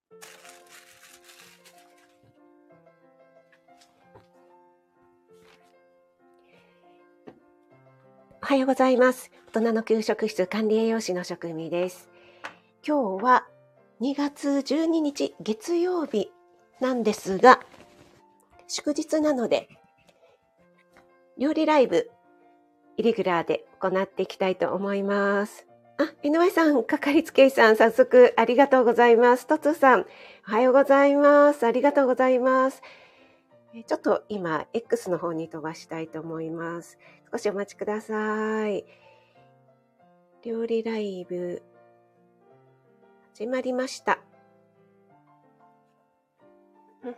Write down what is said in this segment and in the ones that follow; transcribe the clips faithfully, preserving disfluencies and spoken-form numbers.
おはようございます。大人の給食室管理栄養士の職味です。今日はにがつじゅうににち月曜日なんですが、祝日なので料理ライブイレギュラーで行っていきたいと思います。あ、井上さん、かかりつけ医さん、早速ありがとうございます。とつさん、おはようございます。ありがとうございます。ちょっと今 X の方に飛ばしたいと思います。少しお待ちください。料理ライブ始まりました。うん、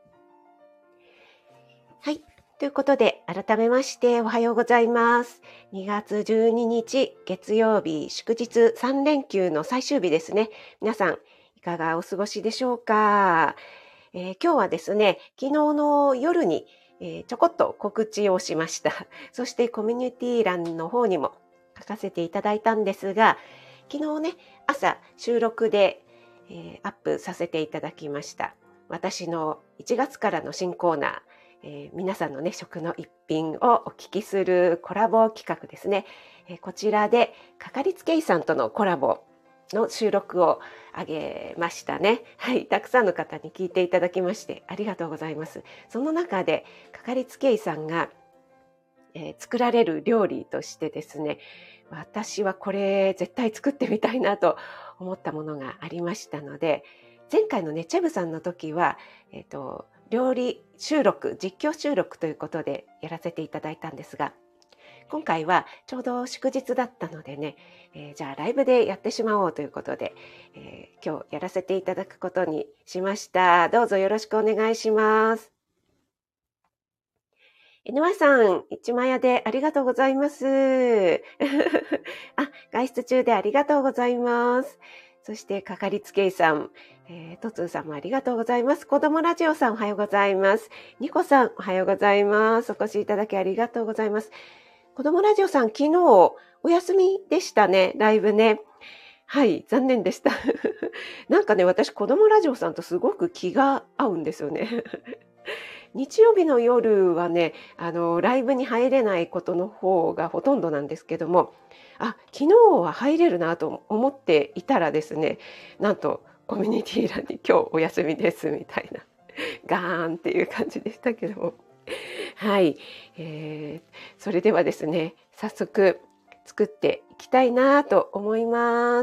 はい。ということで、改めましておはようございます。にがつじゅうににち月曜日、祝日さんれんきゅうの最終日ですね。皆さん、いかがお過ごしでしょうか。えー、今日はですね、昨日の夜に、えー、ちょこっと告知をしました。そしてコミュニティ欄の方にも書かせていただいたんですが、昨日ね、朝収録で、えー、アップさせていただきました。私のいちがつからの新コーナー、えー、皆さんのね、食の一品をお聞きするコラボ企画ですね。えー、こちらでかかりつけ医さんとのコラボの収録を上げましたね。はい、たくさんの方に聞いていただきましてありがとうございます。その中でかかりつけ医さんが、えー、作られる料理としてですね、私はこれ絶対作ってみたいなと思ったものがありましたので、前回のねチェブさんの時は、えーと、料理収録、実況収録ということでやらせていただいたんですが、今回はちょうど祝日だったのでね、えー、じゃあライブでやってしまおうということで、えー、今日やらせていただくことにしました。どうぞよろしくお願いします。井上さん、一枚屋でありがとうございます。あ、外出中でありがとうございます。そして、かかりつけ医さん、えー、とつーさんもありがとうございます。子供ラジオさんおはようございます。ニコさんおはようございます。お越しいただきありがとうございます。子供ラジオさん、昨日お休みでしたね、ライブね。はい、残念でした。なんかね、私、子供ラジオさんとすごく気が合うんですよね。日曜日の夜はね、あの、ライブに入れないことの方がほとんどなんですけども、あ、昨日は入れるなと思っていたらですね、なんとコミュニティ欄に今日お休みですみたいな、ガーンっていう感じでしたけども。はい、えー、それではですね、早速作っていきたいなと思います。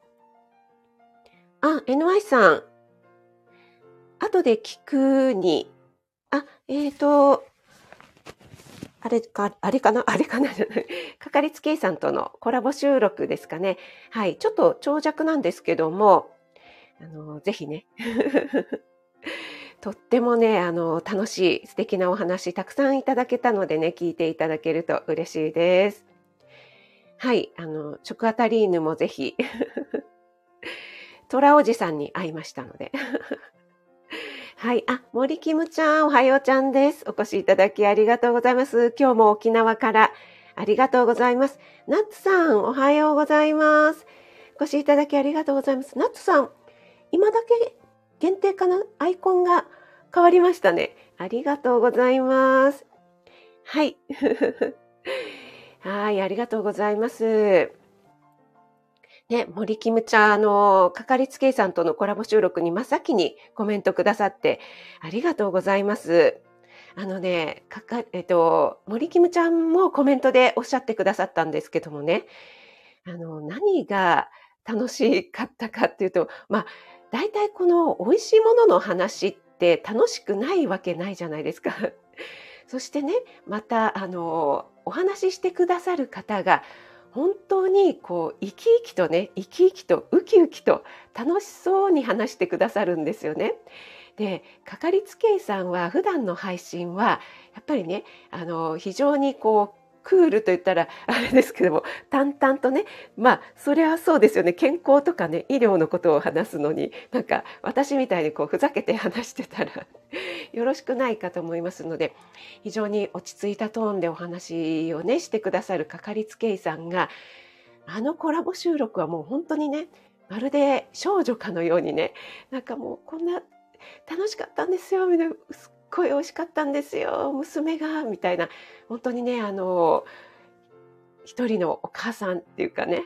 あ、エヌワイ さん、後で聞くに、あ、えっと、あれか、あれかなあれかなじゃない。かかりつけ医さんとのコラボ収録ですかね。はい。ちょっと長尺なんですけども、あの、ぜひね。とってもね、あの、楽しい、素敵なお話、たくさんいただけたのでね、聞いていただけると嬉しいです。はい。あの、食あたり犬もぜひ、トラおじさんに会いましたので。はい。あ、森キムちゃん、おはようちゃんです。お越しいただきありがとうございます。今日も沖縄からありがとうございます。ナッツさん、おはようございます。お越しいただきありがとうございます。ナッツさん、今だけ限定かな？アイコンが変わりましたね。ありがとうございます。はい。はい、ありがとうございます。ね、森キムちゃん、あの、かかりつけ医さんとのコラボ収録に真っ先にコメントくださってありがとうございます。あのね、かか、えっと、森キムちゃんもコメントでおっしゃってくださったんですけどもね、あの、何が楽しかったかっていうと、まあ、大体この美味しいものの話って楽しくないわけないじゃないですか。そしてね、また、あの、お話ししてくださる方が、本当にこう生き生きとね、生き生きとウキウキと楽しそうに話してくださるんですよね。で、かかりつけ医さんは普段の配信はやっぱりね、あの非常にこうクールと言ったらあれですけども、淡々とね、まあそれはそうですよね。健康とかね、医療のことを話すのに、なんか私みたいにこうふざけて話してたらよろしくないかと思いますので、非常に落ち着いたトーンでお話をねしてくださるかかりつけ医さんが、あのコラボ収録はもう本当にね、 まるで少女かのようにね、なんかもうこんな楽しかったんですよみたいな、すっごい美味しかったんですよ、娘がみたいな、本当にね、あの、一人のお母さんっていうかね、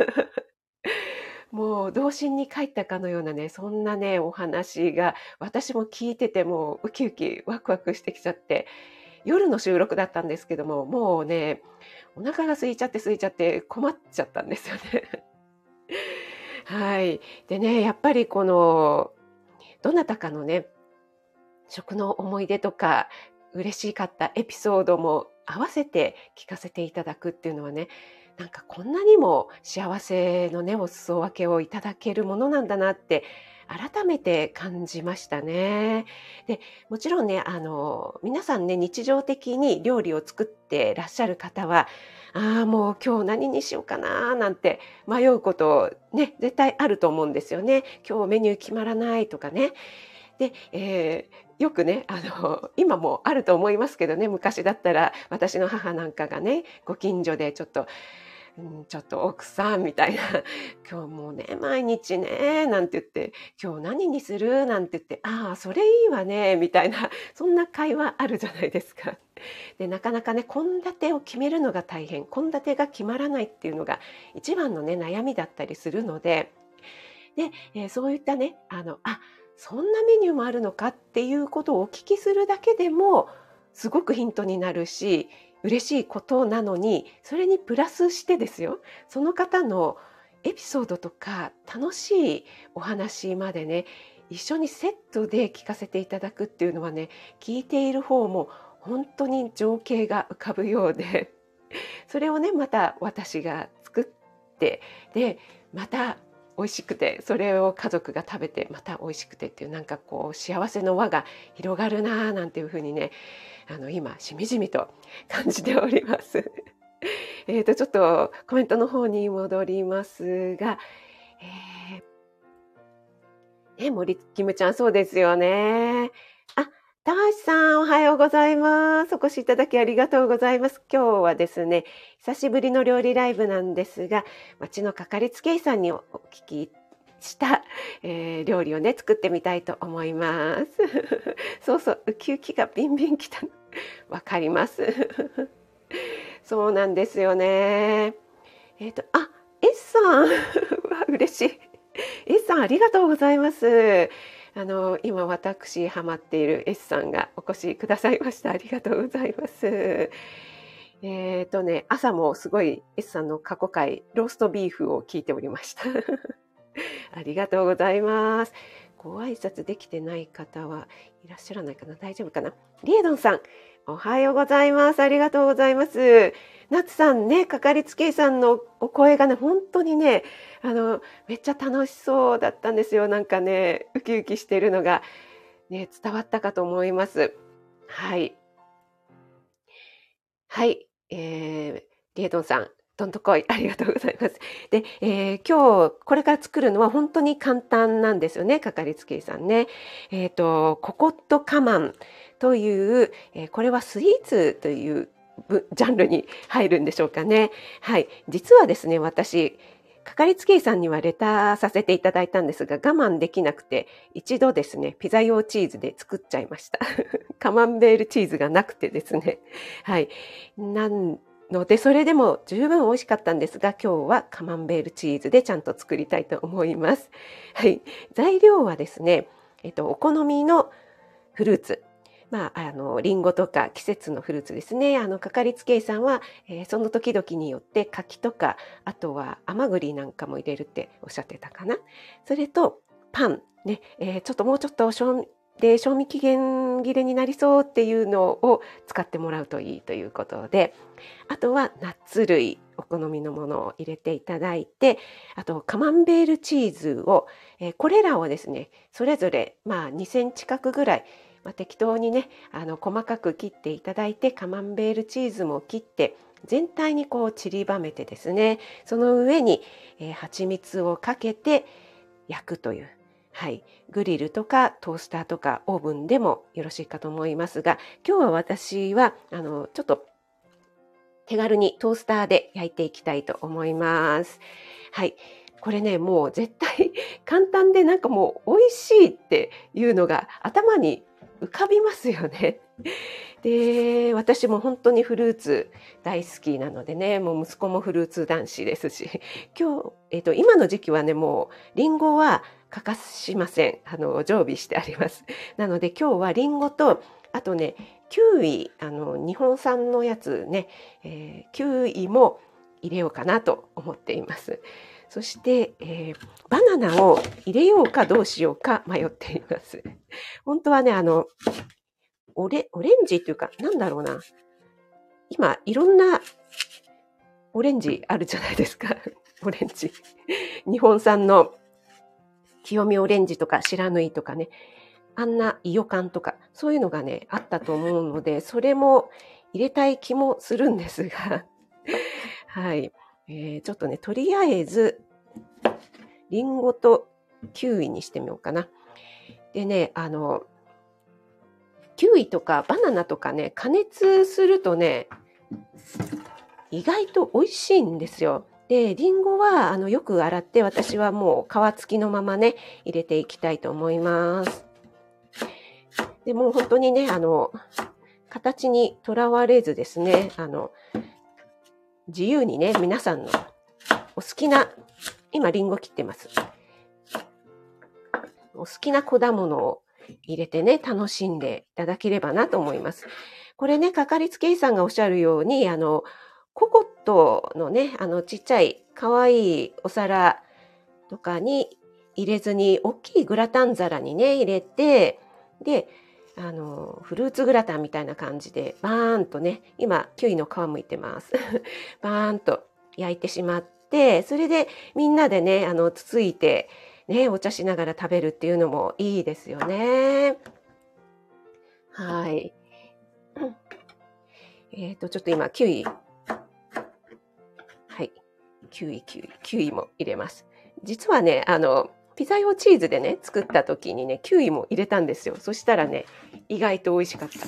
もう童心に帰ったかのようなね、そんなね、お話が私も聞いててもうウキウキワクワクしてきちゃって、夜の収録だったんですけども、もうね、お腹が空いちゃって空いちゃって困っちゃったんですよね。はい。でね、やっぱりこの、どなたかのね、食の思い出とか、嬉しかったエピソードも合わせて聞かせていただくっていうのはね、なんかこんなにも幸せのね、お裾分けをいただけるものなんだなって改めて感じましたね。で、もちろんね、あの、皆さんね、日常的に料理を作ってらっしゃる方は、ああ、もう今日何にしようかななんて迷うことね、絶対あると思うんですよね。今日メニュー決まらないとかね。で、えーよくね、あの、今もあると思いますけどね、昔だったら私の母なんかがね、ご近所でちょっと、うん、ちょっと奥さんみたいな、今日もうね、毎日ね、なんて言って、今日何にするなんて言って、ああ、それいいわね、みたいな、そんな会話あるじゃないですか。で、なかなかね、献立を決めるのが大変、献立が決まらないっていうのが一番のね、悩みだったりするので、で、えーそういったね、あの、あ、そんなメニューもあるのかっていうことをお聞きするだけでも、すごくヒントになるし、嬉しいことなのに、それにプラスしてですよ、その方のエピソードとか楽しいお話までね、一緒にセットで聞かせていただくっていうのはね、聞いている方も本当に情景が浮かぶようで、それをね、また私が作って、で、また美味しくて、それを家族が食べて、また美味しくてっていう、なんかこう幸せの輪が広がるなあなんていう風にね、あの今しみじみと感じております。えっとちょっとコメントの方に戻りますが、えー、ね、森キムちゃんそうですよね。あ、高橋さんおはようございます。お越しいただきありがとうございます。今日はですね、久しぶりの料理ライブなんですが、町のかかりつけ医さんにお聞きした、えー料理をね、作ってみたいと思います。そうそう、ウキウキがビンビン来たの。わかります。そうなんですよね。えっ、と、あ、S さん。わ、嬉しい。S さん、ありがとうございます。あの、今私ハマっている S さんがお越しくださいました。ありがとうございます。えっ、とね、朝もすごい S さんの過去回、ローストビーフを聞いておりました。ありがとうございます。ご挨拶できてない方はいらっしゃらないかな、大丈夫かな。リエドンさん、おはようございます。ありがとうございます。ナツさんね、かかりつけ医さんのお声がね、本当にね、あの、めっちゃ楽しそうだったんですよ。なんかね、ウキウキしてるのが、ね、伝わったかと思います。はい。はい。えー、リエドンさん、どんとこい。ありがとうございます。で、えー今日これから作るのは本当に簡単なんですよね、かかりつけ医さんね。えっと、ココットカマンという、えーこれはスイーツというぶジャンルに入るんでしょうかね。はい。実はですね、私、かかりつけ医さんにはレターさせていただいたんですが、我慢できなくて、一度ですね、ピザ用チーズで作っちゃいました。カマンベールチーズがなくてですね。はい。なんので、それでも十分美味しかったんですが、今日はカマンベールチーズでちゃんと作りたいと思います。はい。材料はですね、えっと、お好みのフルーツ。まあ、あの、リンゴとか季節のフルーツですね。あの、かかりつけ医さんは、えーその時々によって柿とか、あとは甘栗なんかも入れるっておっしゃってたかな。それと、パン。ね、えーちょっともうちょっと賞味で賞味期限切れになりそうっていうのを使ってもらうといいということで、あとはナッツ類、お好みのものを入れていただいて、あとカマンベールチーズを、えーこれらをですね、それぞれまあにセンチ角ぐらい、まあ、適当にね、あの細かく切っていただいて、カマンベールチーズも切って全体にこう散りばめてですね、その上に、えー、蜂蜜をかけて焼くという、はい、グリルとかトースターとかオーブンでもよろしいかと思いますが、今日は私はあのちょっと手軽にトースターで焼いていきたいと思います。はい。 これね、もう絶対簡単でなんかもう美味しいっていうのが頭に浮かびますよね。で、私も本当にフルーツ大好きなのでね、もう息子もフルーツ男子ですし、今日、えっと、今の時期はね、もうリンゴは欠かしません。あの、常備してあります。なので今日はリンゴと、あとね、キウイ、あの、日本産のやつね、えーキウイも入れようかなと思っています。そして、えーバナナを入れようかどうしようか迷っています。本当はね、あの、オレ、オレンジっていうか、なんだろうな。今、いろんなオレンジあるじゃないですか。オレンジ。日本産の清見オレンジとか白縫いとかね。あんなイヨカンとか、そういうのがね、あったと思うので、それも入れたい気もするんですが。はい。えーちょっとね、とりあえず、リンゴとキウイにしてみようかな。でね、あの、キウイとかバナナとかね、加熱するとね、意外と美味しいんですよ。で、リンゴはあのよく洗って、私はもう皮付きのままね、入れていきたいと思います。でもう本当にね、あの、形にとらわれずですね、あの、自由にね、皆さんのお好きな、今リンゴ切ってます。お好きな果物を入れてね、楽しんでいただければなと思います。これね、かかりつけ医さんがおっしゃるように、あの、ココットのね、あの、ちっちゃい可愛いお皿とかに入れずに、大きいグラタン皿にね、入れて、で、あの、フルーツグラタンみたいな感じで、バーンとね、今、キウイの皮むいてます。バーンと焼いてしまって、それでみんなでね、あの、つついて、ね、お茶しながら食べるっていうのもいいですよね。はい。えっと、ちょっと今、キウイ。はい。キウイ、キウイ、キウイも入れます。実はね、あの、ピザ用チーズでね、作った時にね、キウイも入れたんですよ。そしたらね、意外と美味しかった。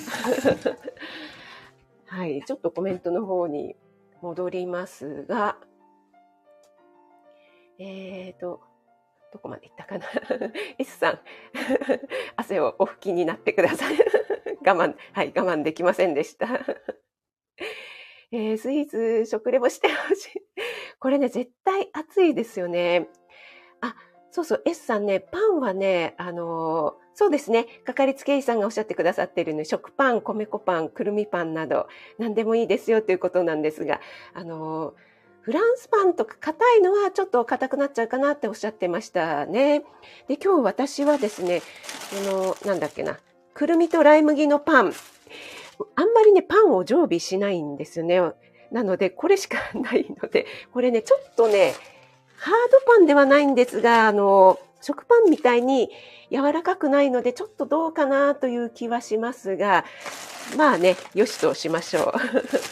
はい。ちょっとコメントの方に戻りますが、えっと、どこまでいったかな。S さん、汗をお拭きになってください。我慢、はい、我慢できませんでした。えー、スイーツ、食レポしてほしい。これね、絶対熱いですよね。あ、そうそう、S さんね、パンはね、あのーそうですね、かかりつけ医さんがおっしゃってくださっているね、食パン、米粉パン、くるみパンなど、何でもいいですよということなんですが、あのーフランスパンとか硬いのはちょっと硬くなっちゃうかなっておっしゃってましたね。で、今日私はですね、この、なんだっけな、くるみとライ麦のパン、あんまりね、パンを常備しないんですよね。なので、これしかないので、これね、ちょっとね、ハードパンではないんですが、あの、食パンみたいに柔らかくないので、ちょっとどうかなという気はしますが、まあね、よしとしましょう。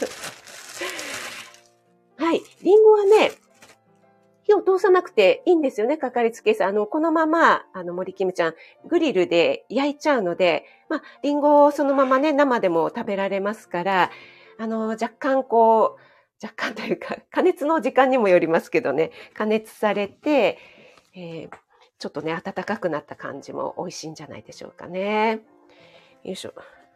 はい。リンゴはね、火を通さなくていいんですよね、かかりつけ医さん。あの、このまま、あの、森キムちゃん、グリルで焼いちゃうので、まあ、リンゴをそのままね、生でも食べられますから、あの、若干こう、若干というか、加熱の時間にもよりますけどね、加熱されて、えーちょっとね、温かくなった感じも美味しいんじゃないでしょうかね。よいしょ。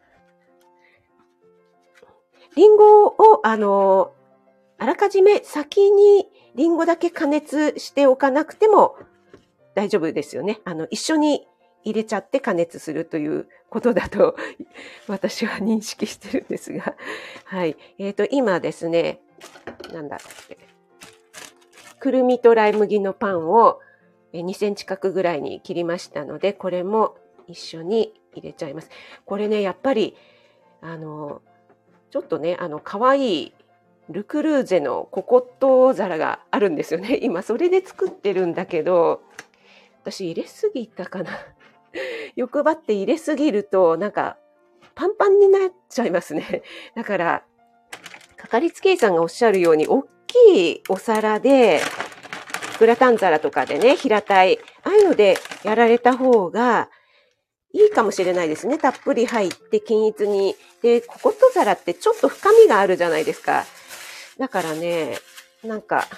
リンゴを、あの、あらかじめ先にリンゴだけ加熱しておかなくても大丈夫ですよね。あの、一緒に入れちゃって加熱するということだと私は認識してるんですが。はい。えっと、今ですね、なんだっけ。くるみとライ麦のパンをにセンチ角ぐらいに切りましたので、これも一緒に入れちゃいます。これね、やっぱり、あの、ちょっとね、あの、かわいいルクルーゼのココット皿があるんですよね。今、それで作ってるんだけど、私入れすぎたかな。欲張って入れすぎると、なんか、パンパンになっちゃいますね。だから、かかりつけ医さんがおっしゃるように、大きいお皿で、グラタン皿とかでね、平たい、ああいうのでやられた方がいいかもしれないですね。たっぷり入って均一に。で、ココット皿ってちょっと深みがあるじゃないですか。だからね、なんか、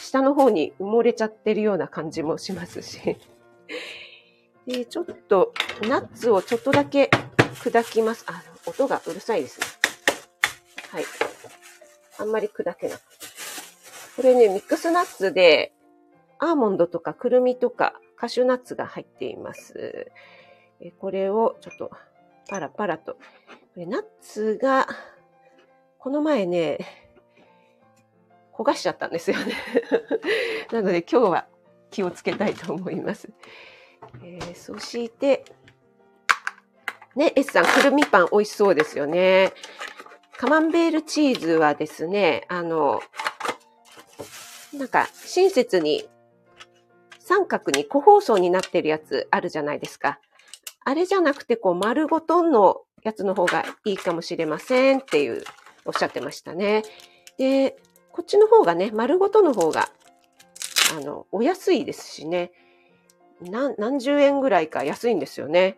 下の方に埋もれちゃってるような感じもしますし。で、ちょっとナッツをちょっとだけ砕きます。あ、音がうるさいですね。はい。あんまり砕けなく。これね、ミックスナッツで、アーモンドとかくるみとかカシューナッツが入っています。これをちょっとパラパラと。これナッツが、この前ね、焦がしちゃったんですよね。なので今日は気をつけたいと思います。えー、そして、ね、S さん、くるみパン美味しそうですよね。カマンベールチーズはですね、あの、なんか親切に三角に個包装になってるやつあるじゃないですか。あれじゃなくて、こう丸ごとのやつの方がいいかもしれませんっていうおっしゃってましたね。で、こっちの方がね、丸ごとの方が、あの、お安いですしね。何、何十円ぐらいか安いんですよね。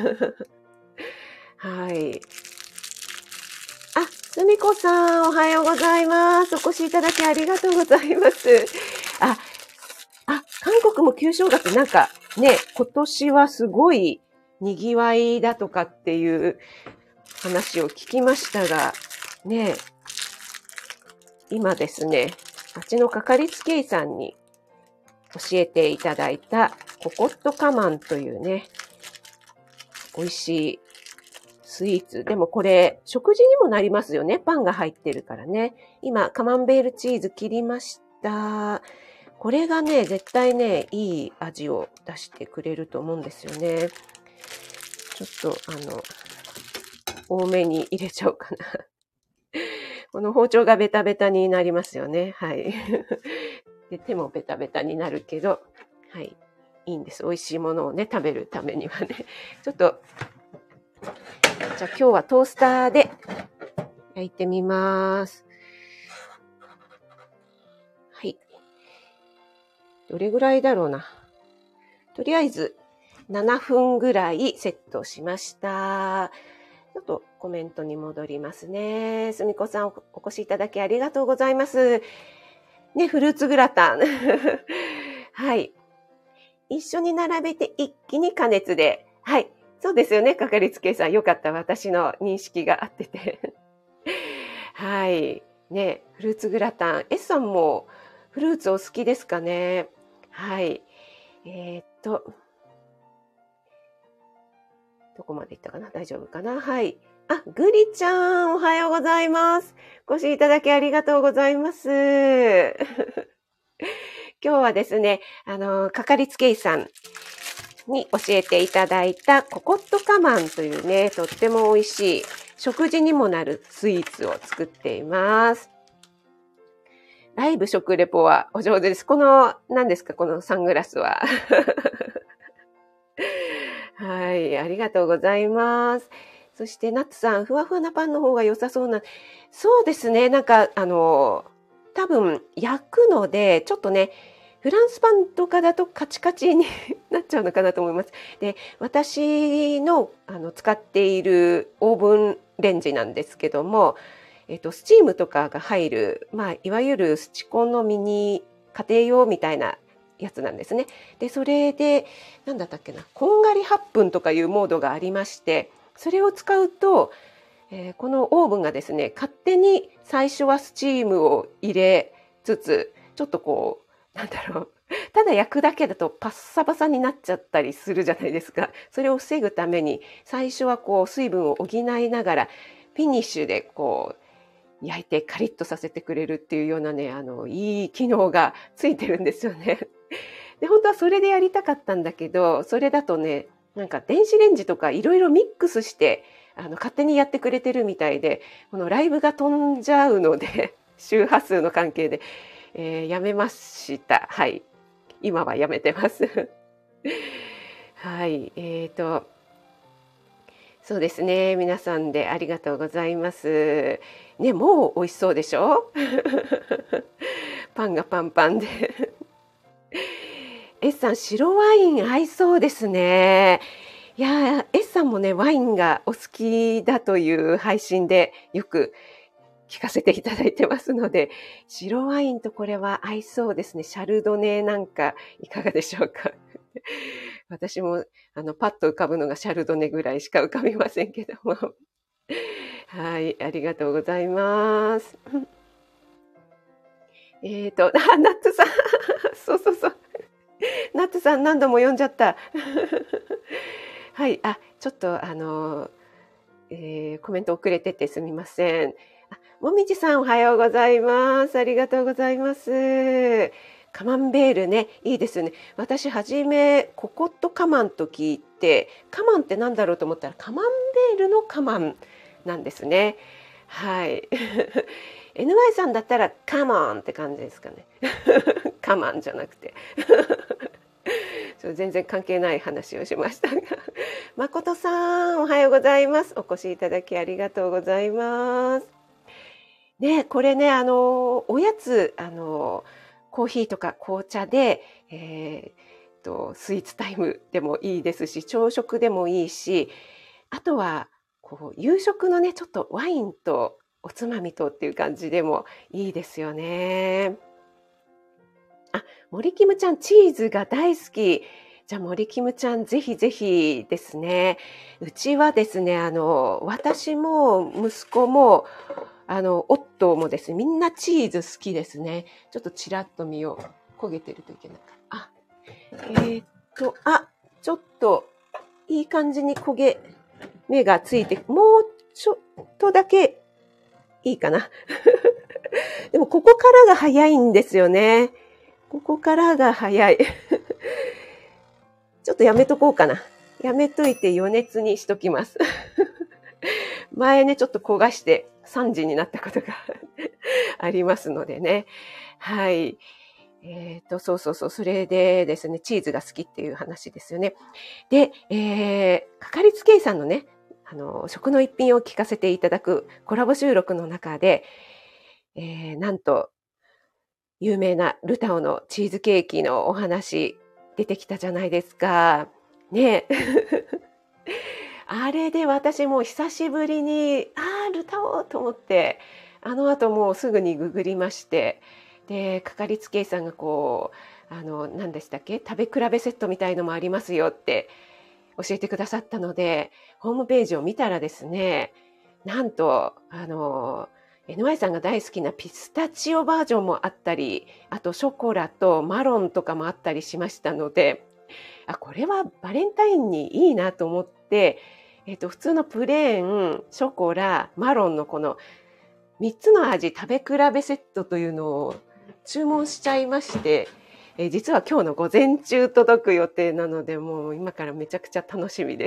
はい。あ、すみこさん、おはようございます。お越しいただきありがとうございます。あ、あ、韓国も旧正月なんかね、今年はすごい賑わいだとかっていう話を聞きましたが、ね、今ですね、あっちのかかりつけ医さんに教えていただいたココットカマンというね、美味しいスイーツ。でもこれ、食事にもなりますよね。パンが入ってるからね。今、カマンベールチーズ切りました。これがね、絶対ね、いい味を出してくれると思うんですよね。ちょっと、あの、多めに入れちゃおうかな。この包丁がベタベタになりますよね。はい。で、手もベタベタになるけど、はい。いいんです。美味しいものをね、食べるためにはね。ちょっと、じゃあ今日はトースターで焼いてみます。はい。どれぐらいだろうな。とりあえずななふんぐらいセットしました。ちょっとコメントに戻りますね。すみこさんお越しいただきありがとうございます。ね、フルーツグラタン。はい。一緒に並べて一気に加熱で。はい。そうですよね、かかりつけ医さん。よかった。私の認識が合ってて。はい。ね、フルーツグラタン。S さんもフルーツお好きですかね。はい。えー、っと、どこまでいったかな？大丈夫かな？はい。あ、グリちゃん、おはようございます。お越しいただきありがとうございます。今日はですね、あの、かかりつけ医さんに教えていただいたココットカマンというね、とっても美味しい食事にもなるスイーツを作っています。ライブ食レポはお上手です。この、何ですか、このサングラスは。はい、ありがとうございます。そして、ナッツさん、ふわふわなパンの方が良さそうな。そうですね、なんか、あの、多分、焼くので、ちょっとね、フランスパンとかだとカチカチになっちゃうのかなと思います。で、私の、あの使っているオーブンレンジなんですけども、えっと、スチームとかが入る、まあ、いわゆるスチコンのミニ家庭用みたいなやつなんですね。で、それで、なんだったっけな、こんがりはっぷんとかいうモードがありまして、それを使うと、えー、このオーブンがですね、勝手に最初はスチームを入れつつ、ちょっとこう、なんだろう、ただ焼くだけだとパッサパサになっちゃったりするじゃないですか。それを防ぐために、最初はこう水分を補いながら、フィニッシュでこう、焼いてカリッとさせてくれるっていうようなね、あの、いい機能がついてるんですよね。で、本当はそれでやりたかったんだけど、それだとね、なんか電子レンジとかいろいろミックスして、あの、勝手にやってくれてるみたいで、このライブが飛んじゃうので、周波数の関係で、えー、やめました。はい。今はやめてます。はい。えーと、そうですね。皆さんでありがとうございます。ね、もう美味しそうでしょ？パンがパンパンで。S さん、白ワイン合いそうですね。いや、S さんもね、ワインがお好きだという配信でよく聞かせていただいてますので、白ワインとこれは合いそうですね。シャルドネなんかいかがでしょうか。私もあのパッと浮かぶのがシャルドネぐらいしか浮かびませんけども。はい、ありがとうございます。えっと、あ、ナッツさん。そうそうそう。ナッツさん何度も読んじゃった。はい、あ、ちょっとあの、えー、コメント遅れててすみません。あ、もみじさんおはようございます。ありがとうございます。カマンベールね、いいですよね。私はじめココットカマンと聞いて、カマンってなんだろうと思ったらカマンベールのカマンなんですね。はい。エヌワイ さんだったらカモンって感じですかね。カマンじゃなくて。全然関係ない話をしましたが。誠さん、おはようございます。お越しいただきありがとうございます。ね、これね、あの、おやつ、あの、コーヒーとか紅茶で、えー、と、スイーツタイムでもいいですし、朝食でもいいし、あとは、こう、夕食のね、ちょっとワインとおつまみとっていう感じでもいいですよね。あ、森キムちゃん、チーズが大好き。じゃあ森キムちゃん、ぜひぜひですね。うちはですね、あの、私も息子も、あの、夫もですね、みんなチーズ好きですね。ちょっとちらっと見よう。焦げてるといけないから。あ、えー、っと、あ、ちょっと、いい感じに焦げ目がついて、もうちょっとだけいいかな。でも、ここからが早いんですよね。ここからが早い。ちょっとやめとこうかな。やめといて余熱にしときます。前ね、ちょっと焦がしてさんじになったことがありますのでね。はい。えっと、そうそうそう。それでですね、チーズが好きっていう話ですよね。で、えー、かかりつけ医さんのね、あの、食の一品を聞かせていただくコラボ収録の中で、えー、なんと、有名なルタオのチーズケーキのお話出てきたじゃないですか。ねあれで私も久しぶりに、あー、ルタオと思って、あの後もうすぐにググりまして、で、かかりつけ医さんがこう、あの、何でしたっけ、食べ比べセットみたいのもありますよって教えてくださったので、ホームページを見たらですね、なんと、あの、エヌワイ さんが大好きなピスタチオバージョンもあったり、あとショコラとマロンとかもあったりしましたので、あ、これはバレンタインにいいなと思って、えっと、普通のプレーン、ショコラ、マロンのこのみっつの味食べ比べセットというのを注文しちゃいまして、えー実は今日の午前中届く予定なので、もう今からめちゃくちゃ楽しみです。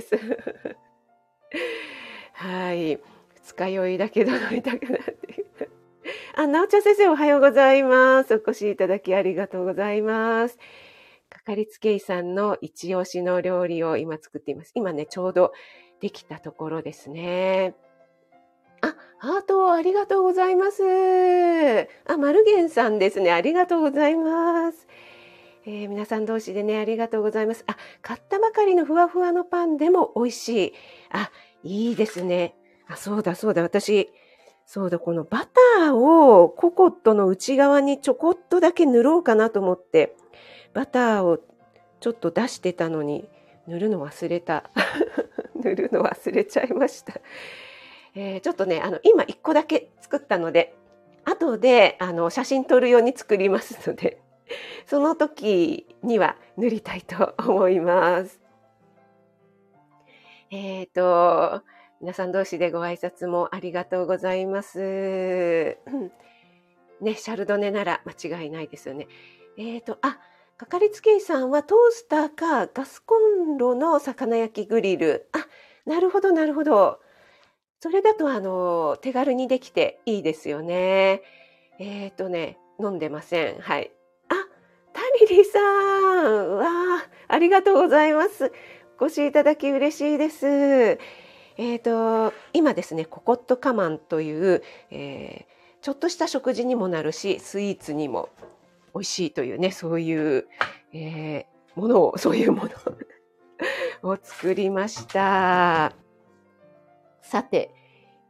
はい。二日酔いだけど飲みたくなって。あ、なおちゃん先生おはようございます。お越しいただきありがとうございます。かかりつけ医さんの一押しの料理を今作っています。今ね、ちょうどできたところですね。あ、ハートありがとうございます。あ、マルゲンさんですね。ありがとうございます。えー皆さん同士でね、ありがとうございます。あ、買ったばかりのふわふわのパンでも美味しい。あ、いいですね。あ、そうだそうだ。私、そうだ、このバターをココットの内側にちょこっとだけ塗ろうかなと思って、バターをちょっと出してたのに、塗るの忘れた。塗るの忘れちゃいました。えーちょっとね、あの、今いっこだけ作ったので、後で、あの、写真撮るように作りますので、その時には塗りたいと思います。えっと、皆さん同士でご挨拶もありがとうございます。うんね、シャルドネなら間違いないですよね。えっと、あ、かかりつけ医さんはトースターかガスコンロの魚焼きグリル。あ、なるほどなるほど。それだとあの、手軽にできていいですよね。えっとね、飲んでません。はい。あ、タリリさん。わあ、ありがとうございます。お越しいただき嬉しいです。えっと、今ですね、ココットカマンという、えーちょっとした食事にもなるし、スイーツにも美味しいというね、そういう、えーものを、そういうものを作りました。さて、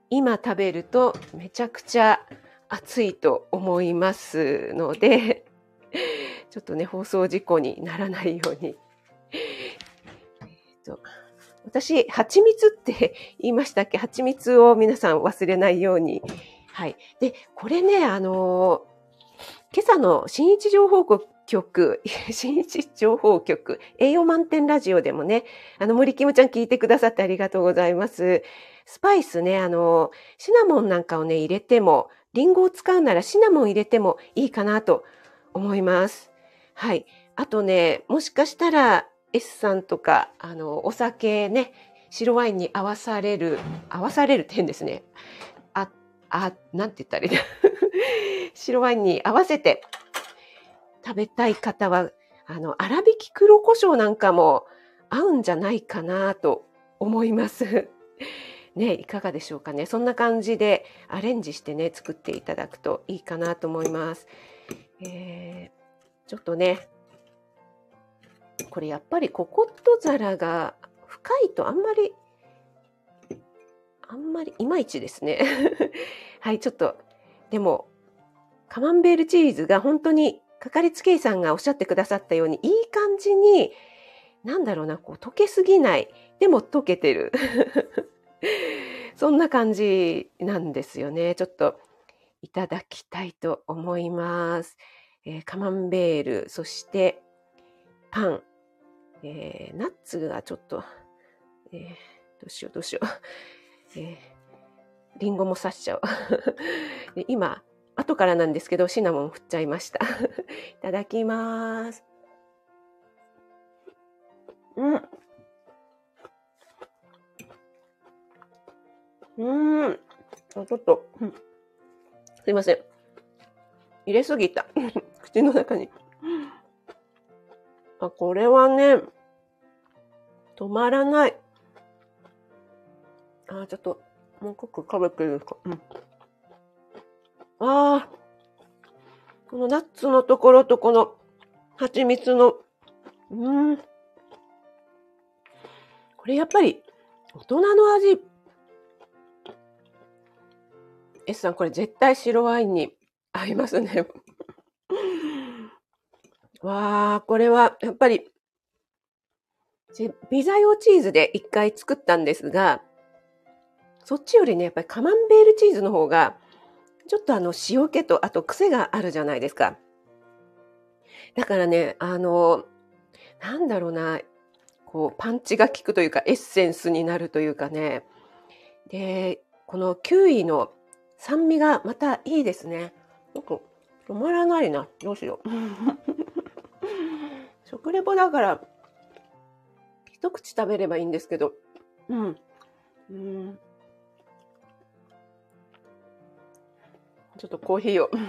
今食べるとめちゃくちゃ熱いと思いますので、ちょっとね、放送事故にならないように。えっと、私、蜂蜜って言いましたっけ？蜂蜜を皆さん忘れないように。はい。で、これね、あの、今朝の新一情報局、新一情報局、栄養満点ラジオでもね、あの、森キムちゃん聞いてくださってありがとうございます。スパイスね、あの、シナモンなんかをね、入れても、リンゴを使うならシナモン入れてもいいかなと思います。はい。あとね、もしかしたら S さんとか、あの、お酒ね、白ワインに合わされる、合わされるって変ですね。あ、あ、なんて言ったらいいな。白ワインに合わせて食べたい方は、あの、粗挽き黒胡椒なんかも合うんじゃないかなと思います。ね、いかがでしょうかね。そんな感じでアレンジしてね、作っていただくといいかなと思います。えー、ちょっとね、これやっぱりココット皿が深いとあんまり、あんまりいまいちですね。はい、ちょっと、でも、カマンベールチーズが本当に、かかりつけ医さんがおっしゃってくださったように、いい感じに、なんだろうな、こう溶けすぎない。でも溶けてる。そんな感じなんですよね。ちょっといただきたいと思います。えー、カマンベール、そしてパン、えー、ナッツがちょっと、えー、どうしようどうしよう。えー、リンゴも刺しちゃう。で今、後からなんですけど、シナモン振っちゃいました。いただきます。うん。うん。ちょっと、うん、すいません。入れすぎた。口の中に。あ、これはね、止まらない。あ、ちょっと、もう濃く食べていいですか？うん。ああ、このナッツのところとこの蜂蜜の、うん。これやっぱり、大人の味。S さん、これ絶対白ワインに合いますね。わあ、これはやっぱり、ピザ用チーズで一回作ったんですが、そっちよりね、やっぱりカマンベールチーズの方が、ちょっとあの塩気と、あと癖があるじゃないですか。だからね、あの、なんだろうな、こう、パンチが効くというか、エッセンスになるというかね。で、このキウイの酸味がまたいいですね。なんか止まらないな。どうしよう。食レポだから、一口食べればいいんですけど。うん。うん、ちょっとコーヒーを。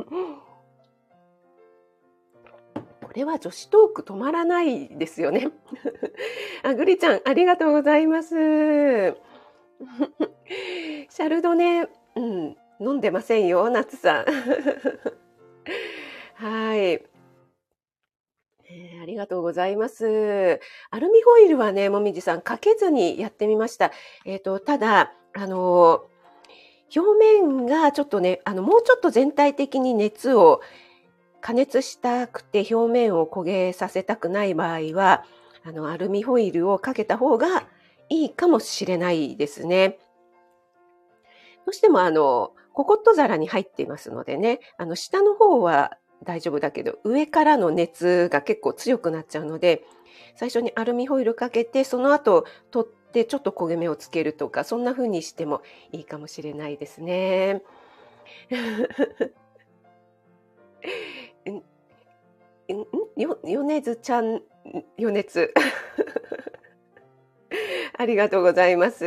これは女子トーク止まらないですよね。あ、グリちゃん、ありがとうございます。シャルドネ、うん、飲んでませんよ、夏さん。はい、えー。ありがとうございます。アルミホイルはね、もみじさん、かけずにやってみました。えっと、ただ、あの、表面がちょっとね、あの、もうちょっと全体的に熱を加熱したくて表面を焦げさせたくない場合は、あの、アルミホイルをかけた方がいいかもしれないですね。どうしてもあの、ココット皿に入っていますのでね、あの、下の方は大丈夫だけど、上からの熱が結構強くなっちゃうので、最初にアルミホイルかけて、その後取ってちょっと焦げ目をつけるとか、そんな風にしてもいいかもしれないですね。ん、ん、よ、米津ちゃん、余熱。ありがとうございます。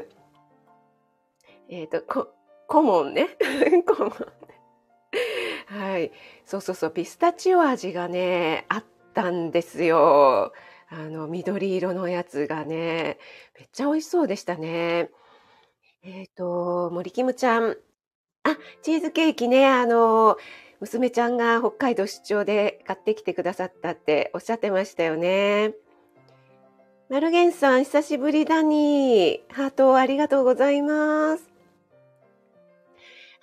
えっと、こ、コモンね。コモン。はい。そうそうそう、ピスタチオ味がね、あったんですよ。あの、緑色のやつがね、めっちゃ美味しそうでしたね。えっと、森キムちゃん。あ、チーズケーキね、あの、娘ちゃんが北海道出張で買ってきてくださったっておっしゃってましたよね。マルゲンさん、久しぶりだに。ハートありがとうございます。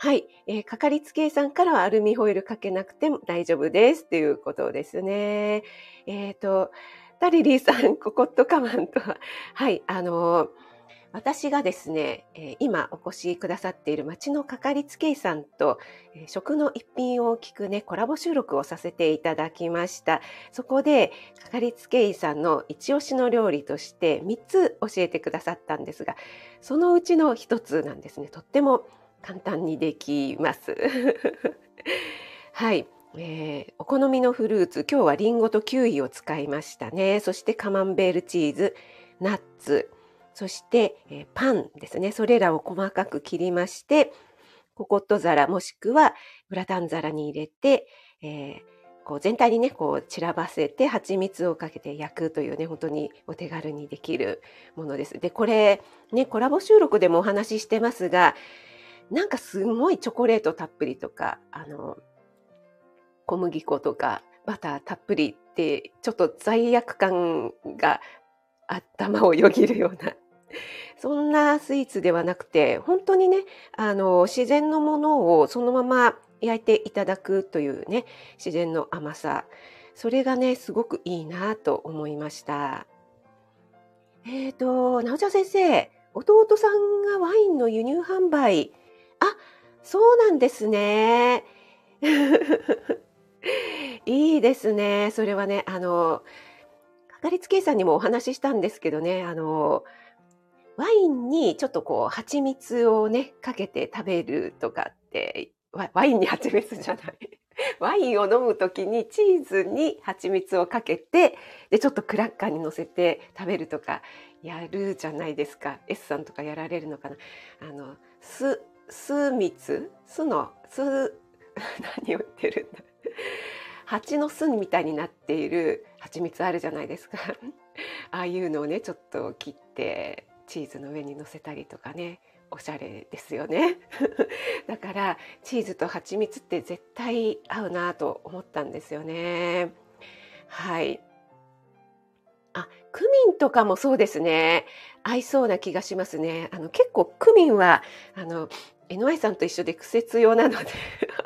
はい、えー、かかりつけ医さんからはアルミホイルかけなくても大丈夫ですっていうことですね。えっと、タリリーさん、ココットカマンとは、はい、あのー私がですね、えー今お越しくださっている町のかかりつけ医さんと、えー食の一品を聞くね、コラボ収録をさせていただきました。そこで、かかりつけ医さんの一押しの料理としてみっつ教えてくださったんですが、そのうちのひとつなんですね。とっても簡単にできます。はい。えーお好みのフルーツ、今日はリンゴとキウイを使いましたね。そしてカマンベールチーズ、ナッツ、そして、えーパンですね。それらを細かく切りまして、ココット皿もしくはグラタン皿に入れて、えーこう全体にね、こう散らばせて蜂蜜をかけて焼くというね、本当にお手軽にできるものです。で、これ、ね、コラボ収録でもお話ししてますが、なんかすごいチョコレートたっぷりとか、あの、小麦粉とかバターたっぷりって、ちょっと罪悪感が頭をよぎるような、そんなスイーツではなくて、本当にね、あの、自然のものをそのまま焼いていただくというね、自然の甘さ。それがね、すごくいいなと思いました。えっと、なおちゃん先生、弟さんがワインの輸入販売。あ、そうなんですね。いいですね。それはね、あの、かかりつけ医さんにもお話ししたんですけどね、あの、ワインにちょっとこう蜂蜜をね、かけて食べるとかって、ワワインに蜂蜜じゃない。ワインを飲むときにチーズに蜂蜜をかけて、で、ちょっとクラッカーに乗せて食べるとかやるじゃないですか。S さんとかやられるのかな。あの、酢、酢蜜酢の、酢、何を言ってるんだ。蜂の巣みたいになっている蜂蜜あるじゃないですか。ああいうのをね、ちょっと切ってチーズの上に乗せたりとかね、おしゃれですよね。だからチーズと蜂蜜って絶対合うなと思ったんですよね。はい。あ、クミンとかもそうですね。合いそうな気がしますね。あの結構クミンはあの エヌワイ さんと一緒で苦節用なので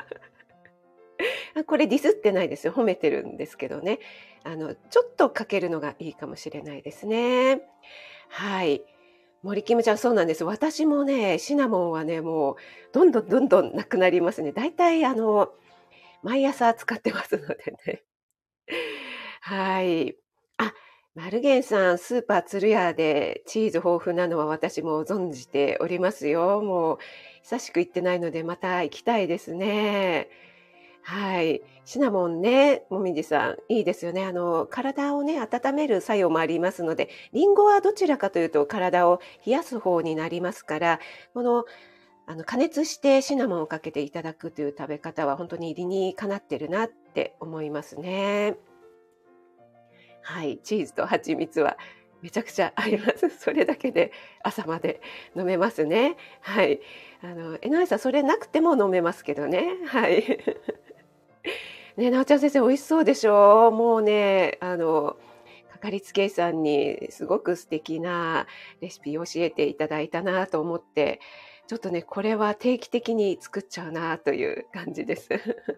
あ、これディスってないですよ。褒めてるんですけどね。あの、ちょっとかけるのがいいかもしれないですね。はい。森キムちゃん、そうなんです。私もね、シナモンはね、もう、どんどんどんどんなくなりますね。だいたいあの、毎朝使ってますのでね。はい。あ、マルゲンさん、スーパー鶴屋でチーズ豊富なのは私も存じておりますよ。もう、久しく行ってないので、また行きたいですね。はい。シナモンね、もみじさん、いいですよね。あの、体をね、温める作用もありますので、リンゴはどちらかというと体を冷やす方になりますから、この、あの、加熱してシナモンをかけていただくという食べ方は本当に理にかなってるなって思いますね。はい。チーズと蜂蜜はめちゃくちゃ合います。それだけで朝まで飲めますね。はい。あの、えなさん、それなくても飲めますけどね。はい。ね、なおちゃん先生美味しそうでしょう。もうね、あの、かかりつけ医さんにすごく素敵なレシピを教えていただいたなと思って、ちょっとね、これは定期的に作っちゃうなという感じです。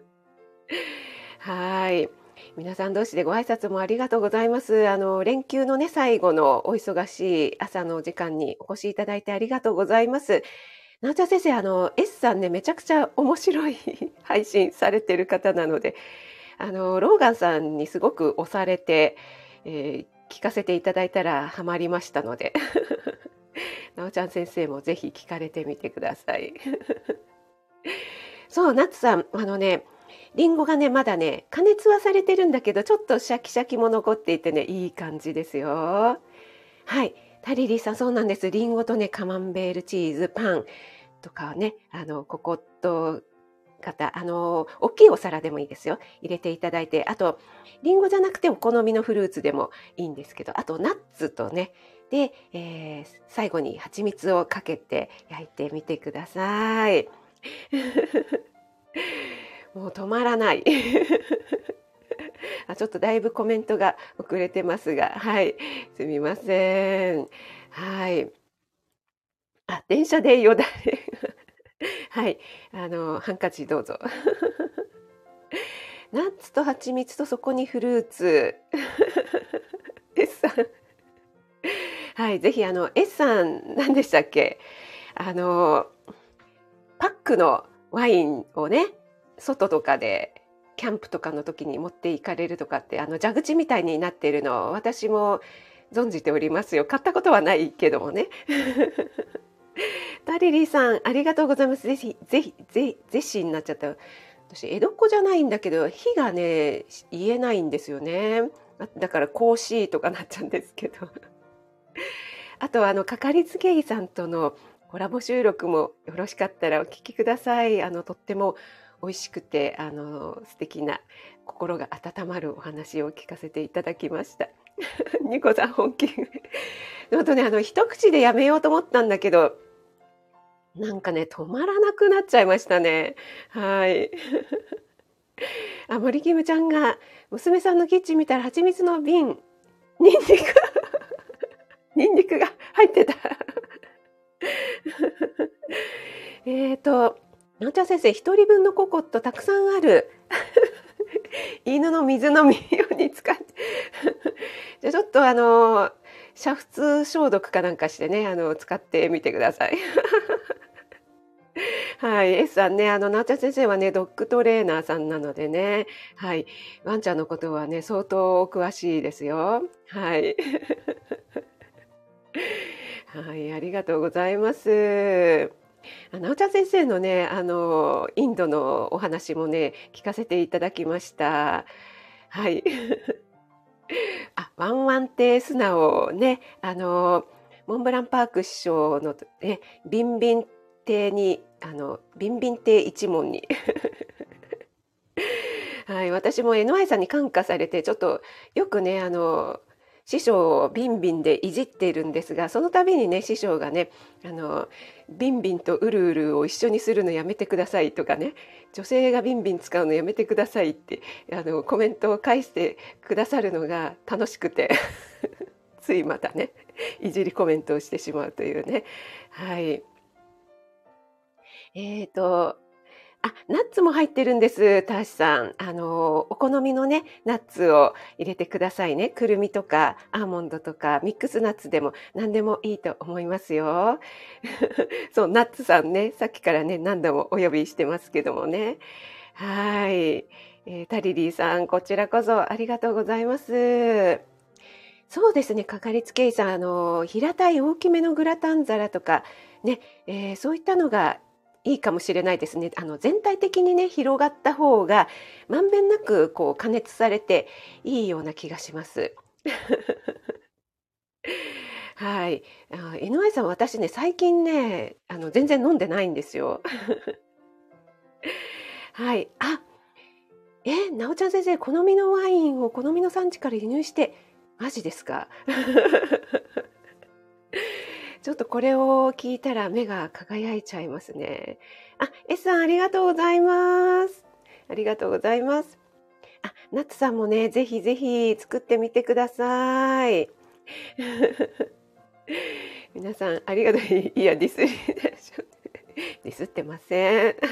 はい。皆さん同士でご挨拶もありがとうございます。あの、連休のね、最後のお忙しい朝の時間にお越しいただいてありがとうございます。なおちゃん先生、あの、S さんね、めちゃくちゃ面白い配信されてる方なので、あの、ローガンさんにすごく押されて、えー聞かせていただいたらハマりましたので、なおちゃん先生もぜひ聞かれてみてください。そう、ナッツさん、あのね、リンゴがね、まだね、加熱はされてるんだけど、ちょっとシャキシャキも残っていてね、いい感じですよ。はい。タリリーさん、そうなんです。リンゴとね、カマンベールチーズ、パンとかね、あの、ココット型、あの、大きいお皿でもいいですよ。入れていただいて、あと、リンゴじゃなくてお好みのフルーツでもいいんですけど、あと、ナッツとね、で、えー最後に蜂蜜をかけて焼いてみてください。もう止まらない。あ、ちょっとだいぶコメントが遅れてますが、はい、すみません。はい。あ、電車でよだれ。 はい、あの、ハンカチどうぞ。ナッツと蜂蜜とそこにフルーツ。S さん。はい、ぜひあの S さん何でしたっけ？あの、パックのワインをね、外とかでキャンプとかの時に持って行かれるとかって、あの蛇口みたいになっているのを私も存じておりますよ。買ったことはないけどもね。タリリーさん、ありがとうございます。ぜひ、ぜひ、ぜ、ぜしになっちゃった。私、江戸っ子じゃないんだけど、火がね、言えないんですよね。あだから、コーシーとかなっちゃうんですけど。あと、あの、かかりつけ医さんとのコラボ収録もよろしかったらお聞きください。あの、とっても美味しくて、あの、素敵な心が温まるお話を聞かせていただきました。ニコさん、本気。本当ね、あの、一口でやめようと思ったんだけど、なんかね、止まらなくなっちゃいましたね。はい。あ、森キムちゃんが、娘さんのキッチン見たら蜂蜜の瓶、ニンニク、ニンニクが入ってた。えっと、なんちゃん先生、一人分のココットたくさんある。犬の水飲み用に使って。じゃあちょっとあの、煮沸消毒かなんかしてね、あの、使ってみてください。はい、S さんね、あの、なおちゃん先生はね、ドッグトレーナーさんなのでね、はい、ワンちゃんのことはね、相当お詳しいですよ。はい。はい、ありがとうございます。あ、なおちゃん先生のね、あの、インドのお話もね、聞かせていただきました。はい。あ、ワンワン亭素直ね、あの、モンブランパーク師匠のね、ビンビン亭に、あの、ビンビン亭一門に。はい、私も エヌワイ さんに感化されて、ちょっとよくね、あの、師匠をビンビンでいじっているんですが、その度にね、師匠がね、あの、ビンビンとウルウルを一緒にするのやめてくださいとかね、女性がビンビン使うのやめてくださいって、あの、コメントを返してくださるのが楽しくて、ついまたね、いじりコメントをしてしまうというね。はい。えーと、あ、ナッツも入ってるんです、ターシさん。あの、お好みのね、ナッツを入れてくださいね。くるみとか、アーモンドとか、ミックスナッツでも何でもいいと思いますよ。そう、ナッツさんね、さっきからね、何度もお呼びしてますけどもね。はい。えータリリーさん、こちらこそありがとうございます。そうですね、かかりつけ医さん、あの、平たい大きめのグラタン皿とか、ね、えーそういったのがいいかもしれないですね。あの、全体的にね、広がった方が、まんべんなくこう加熱されていいような気がします。はい。あ、井上さん、私ね、最近ね、あの、全然飲んでないんですよ。はい。あ、え、なおちゃん先生、好みのワインを好みの産地から輸入して、マジですか？ちょっとこれを聞いたら目が輝いちゃいますね。あ、S さんありがとうございます。ありがとうございます。あ、ナッツさんもね、ぜひぜひ作ってみてください。皆さんありがとう。いや、ディスりでしょ。ディスってません。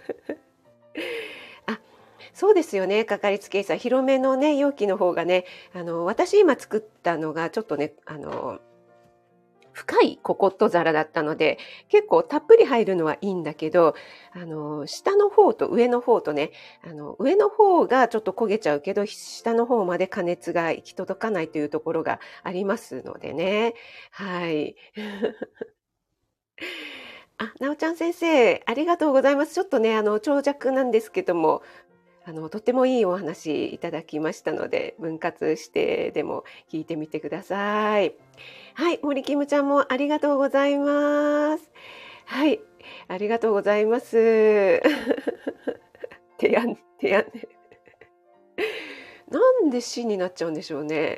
あ、そうですよね。かかりつけ医さん、広めのね、容器の方がね、あの、私今作ったのがちょっとね、あの、深いココット皿だったので、結構たっぷり入るのはいいんだけど、あの、下の方と上の方とね、あの、上の方がちょっと焦げちゃうけど、下の方まで加熱が行き届かないというところがありますのでね。はい。あ、なおちゃん先生、ありがとうございます。ちょっとね、あの、長尺なんですけども、あの、とってもいいお話いただきましたので、分割してでも聞いてみてください。はい、森キムちゃんもありがとうございます。はい、ありがとうございます。提案、提案ね。なんで死になっちゃうんでしょうね。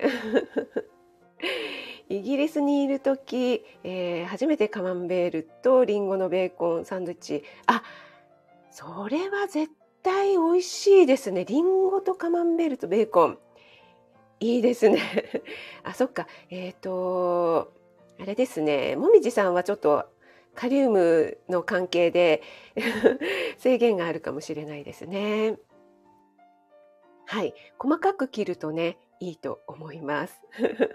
イギリスにいるとき、えー初めてカマンベールとリンゴのベーコンサンドイッチ。あ、それは絶対美味しいですね。リンゴとカマンベールとベーコン。いいですね。あ、そっか。えっと、あれですね。もみじさんはちょっとカリウムの関係で制限があるかもしれないですね。はい。細かく切るとね、いいと思います。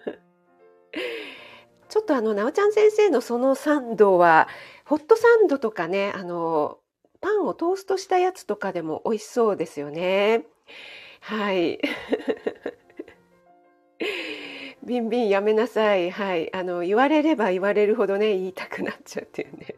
ちょっとあの、なおちゃん先生のそのサンドは、ホットサンドとかね、あの、パンをトーストしたやつとかでも美味しそうですよね。はい。ビンビンやめなさい。はい。あの、言われれば言われるほどね、言いたくなっちゃうっていうね。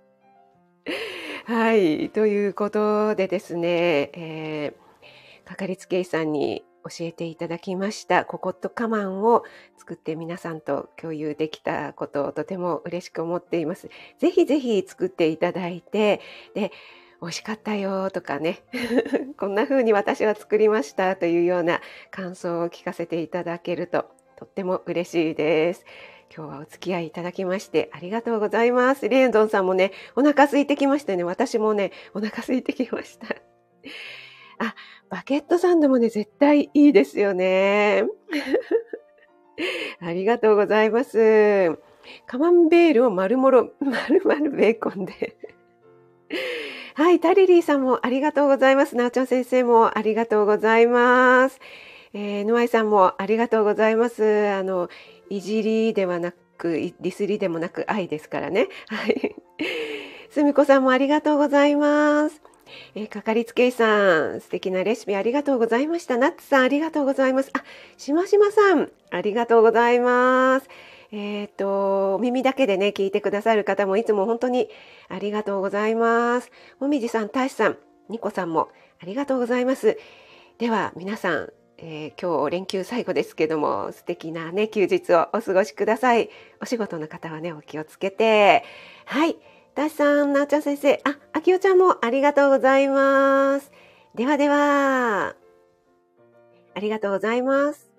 はい。ということでですね、えー、かかりつけ医さんに教えていただきました、ココットカマンを作って皆さんと共有できたことをとても嬉しく思っています。ぜひぜひ作っていただいて、で、美味しかったよとかね、こんな風に私は作りましたというような感想を聞かせていただけるととっても嬉しいです。今日はお付き合いいただきましてありがとうございます。レーンドンさんもね、お腹空いてきましたね。私もね、お腹空いてきました。あ、バケットサンドもね、絶対いいですよね。ありがとうございます。カマンベールを丸々、丸々ベーコンで。はい、タリリーさんもありがとうございます。なおちゃん先生もありがとうございます。えー、ぬあいさんもありがとうございます。あの、いじりではなく、いディスりでもなく愛ですからね。はい。すみこさんもありがとうございます。えー、かかりつけ医さん、素敵なレシピありがとうございました。ナッツさん、ありがとうございます。あ、しましまさん、ありがとうございます。えっと、耳だけでね、聞いてくださる方もいつも本当にありがとうございます。もみじさん、たしさん、ニコさんもありがとうございます。では、皆さん、えー、今日連休最後ですけども、素敵なね、休日をお過ごしください。お仕事の方はね、お気をつけて。はい。たしさん、なおちゃん先生、あ、あきおちゃんもありがとうございます。ではでは、ありがとうございます。